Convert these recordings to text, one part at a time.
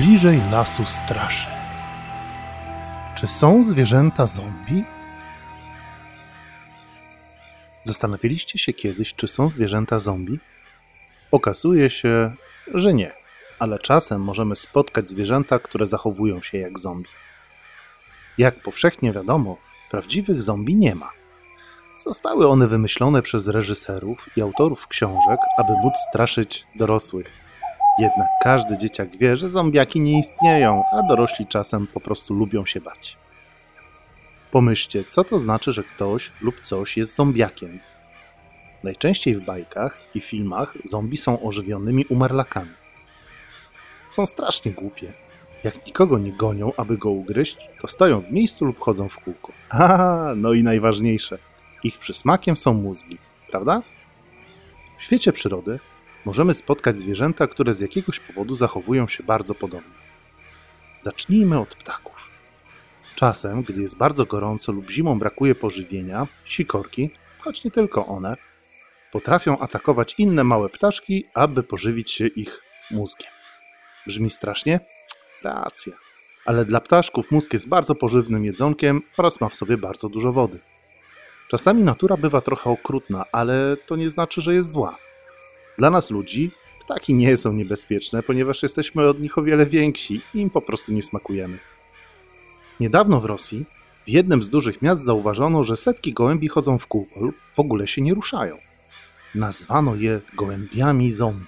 bliżej lasu straszy. Czy są zwierzęta zombie? Zastanawialiście się kiedyś, czy są zwierzęta zombie? Okazuje się, że nie, ale czasem możemy spotkać zwierzęta, które zachowują się jak zombie. Jak powszechnie wiadomo, prawdziwych zombie nie ma. Zostały one wymyślone przez reżyserów i autorów książek, aby móc straszyć dorosłych. Jednak każdy dzieciak wie, że zombiaki nie istnieją, a dorośli czasem po prostu lubią się bać. Pomyślcie, co to znaczy, że ktoś lub coś jest zombiakiem. Najczęściej w bajkach i filmach zombie są ożywionymi umarlakami. Są strasznie głupie. Jak nikogo nie gonią, aby go ugryźć, to stoją w miejscu lub chodzą w kółko. No i najważniejsze, ich przysmakiem są mózgi, prawda? W świecie przyrody możemy spotkać zwierzęta, które z jakiegoś powodu zachowują się bardzo podobnie. Zacznijmy od ptaków. Czasem, gdy jest bardzo gorąco lub zimą brakuje pożywienia, sikorki, choć nie tylko one, potrafią atakować inne małe ptaszki, aby pożywić się ich mózgiem. Brzmi strasznie? Racja. Ale dla ptaszków mózg jest bardzo pożywnym jedzonkiem oraz ma w sobie bardzo dużo wody. Czasami natura bywa trochę okrutna, ale to nie znaczy, że jest zła. Dla nas ludzi ptaki nie są niebezpieczne, ponieważ jesteśmy od nich o wiele więksi i im po prostu nie smakujemy. Niedawno w Rosji w jednym z dużych miast zauważono, że setki gołębi chodzą w kółko lub w ogóle się nie ruszają. Nazwano je gołębiami zombie.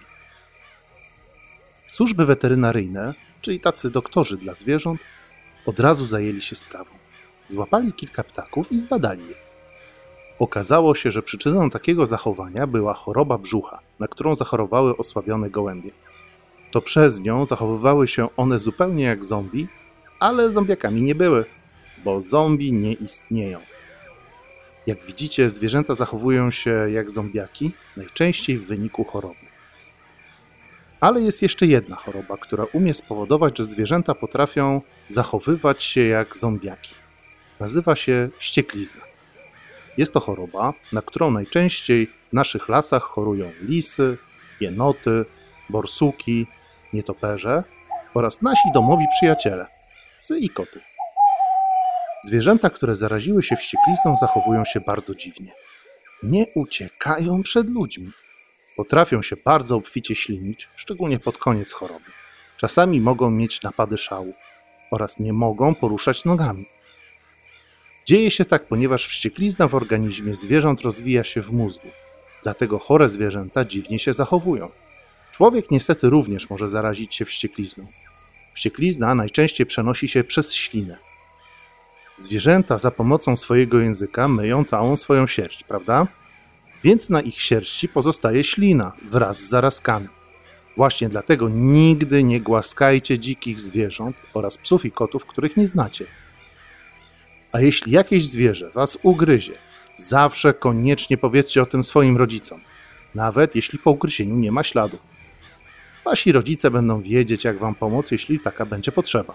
Służby weterynaryjne, czyli tacy doktorzy dla zwierząt, od razu zajęli się sprawą. Złapali kilka ptaków i zbadali je. Okazało się, że przyczyną takiego zachowania była choroba brzucha, na którą zachorowały osłabione gołębie. To przez nią zachowywały się one zupełnie jak zombie, ale zombiakami nie były, bo zombie nie istnieją. Jak widzicie, zwierzęta zachowują się jak zombiaki, najczęściej w wyniku choroby. Ale jest jeszcze jedna choroba, która umie spowodować, że zwierzęta potrafią zachowywać się jak zombiaki. Nazywa się wścieklizna. Jest to choroba, na którą najczęściej w naszych lasach chorują lisy, jenoty, borsuki, nietoperze oraz nasi domowi przyjaciele, psy i koty. Zwierzęta, które zaraziły się wścieklizną, zachowują się bardzo dziwnie. Nie uciekają przed ludźmi. Potrafią się bardzo obficie ślinić, szczególnie pod koniec choroby. Czasami mogą mieć napady szału oraz nie mogą poruszać nogami. Dzieje się tak, ponieważ wścieklizna w organizmie zwierząt rozwija się w mózgu. Dlatego chore zwierzęta dziwnie się zachowują. Człowiek niestety również może zarazić się wścieklizną. Wścieklizna najczęściej przenosi się przez ślinę. Zwierzęta za pomocą swojego języka myją całą swoją sierść, prawda? Więc na ich sierści pozostaje ślina wraz z zarazkami. Właśnie dlatego nigdy nie głaskajcie dzikich zwierząt oraz psów i kotów, których nie znacie. A jeśli jakieś zwierzę was ugryzie, zawsze koniecznie powiedzcie o tym swoim rodzicom, nawet jeśli po ugryzieniu nie ma śladu. Wasi rodzice będą wiedzieć, jak wam pomóc, jeśli taka będzie potrzeba.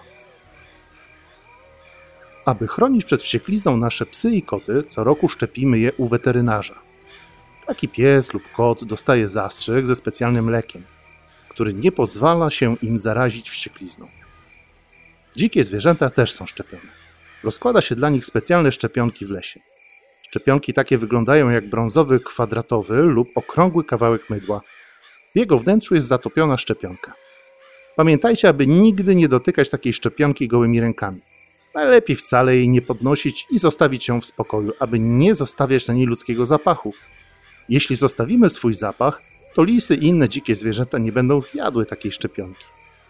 Aby chronić przed wścieklizną nasze psy i koty, co roku szczepimy je u weterynarza. Taki pies lub kot dostaje zastrzyk ze specjalnym lekiem, który nie pozwala się im zarazić wścieklizną. Dzikie zwierzęta też są szczepione. Rozkłada się dla nich specjalne szczepionki w lesie. Szczepionki takie wyglądają jak brązowy, kwadratowy lub okrągły kawałek mydła. W jego wnętrzu jest zatopiona szczepionka. Pamiętajcie, aby nigdy nie dotykać takiej szczepionki gołymi rękami. Najlepiej wcale jej nie podnosić i zostawić ją w spokoju, aby nie zostawiać na niej ludzkiego zapachu. Jeśli zostawimy swój zapach, to lisy i inne dzikie zwierzęta nie będą jadły takiej szczepionki.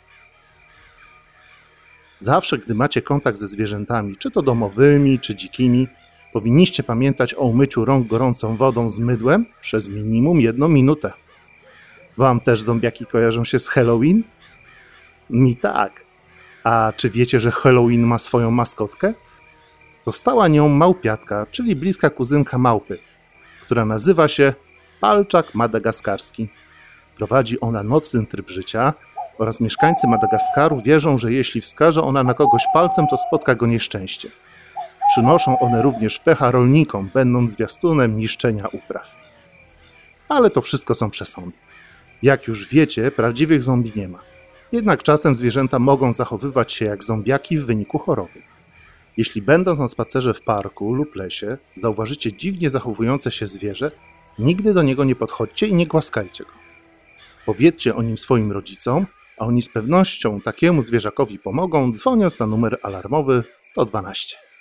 Zawsze, gdy macie kontakt ze zwierzętami, czy to domowymi, czy dzikimi, powinniście pamiętać o umyciu rąk gorącą wodą z mydłem przez minimum 1 minutę. Wam też zombiaki kojarzą się z Halloween? Mi tak. A czy wiecie, że Halloween ma swoją maskotkę? Została nią małpiatka, czyli bliska kuzynka małpy, która nazywa się palczak madagaskarski. Prowadzi ona nocny tryb życia oraz mieszkańcy Madagaskaru wierzą, że jeśli wskaże ona na kogoś palcem, to spotka go nieszczęście. Przynoszą one również pecha rolnikom, będąc zwiastunem niszczenia upraw. Ale to wszystko są przesądy. Jak już wiecie, prawdziwych zombie nie ma. Jednak czasem zwierzęta mogą zachowywać się jak zombiaki w wyniku choroby. Jeśli będąc na spacerze w parku lub lesie zauważycie dziwnie zachowujące się zwierzę, nigdy do niego nie podchodźcie i nie głaskajcie go. Powiedzcie o nim swoim rodzicom, a oni z pewnością takiemu zwierzakowi pomogą, dzwoniąc na numer alarmowy 112.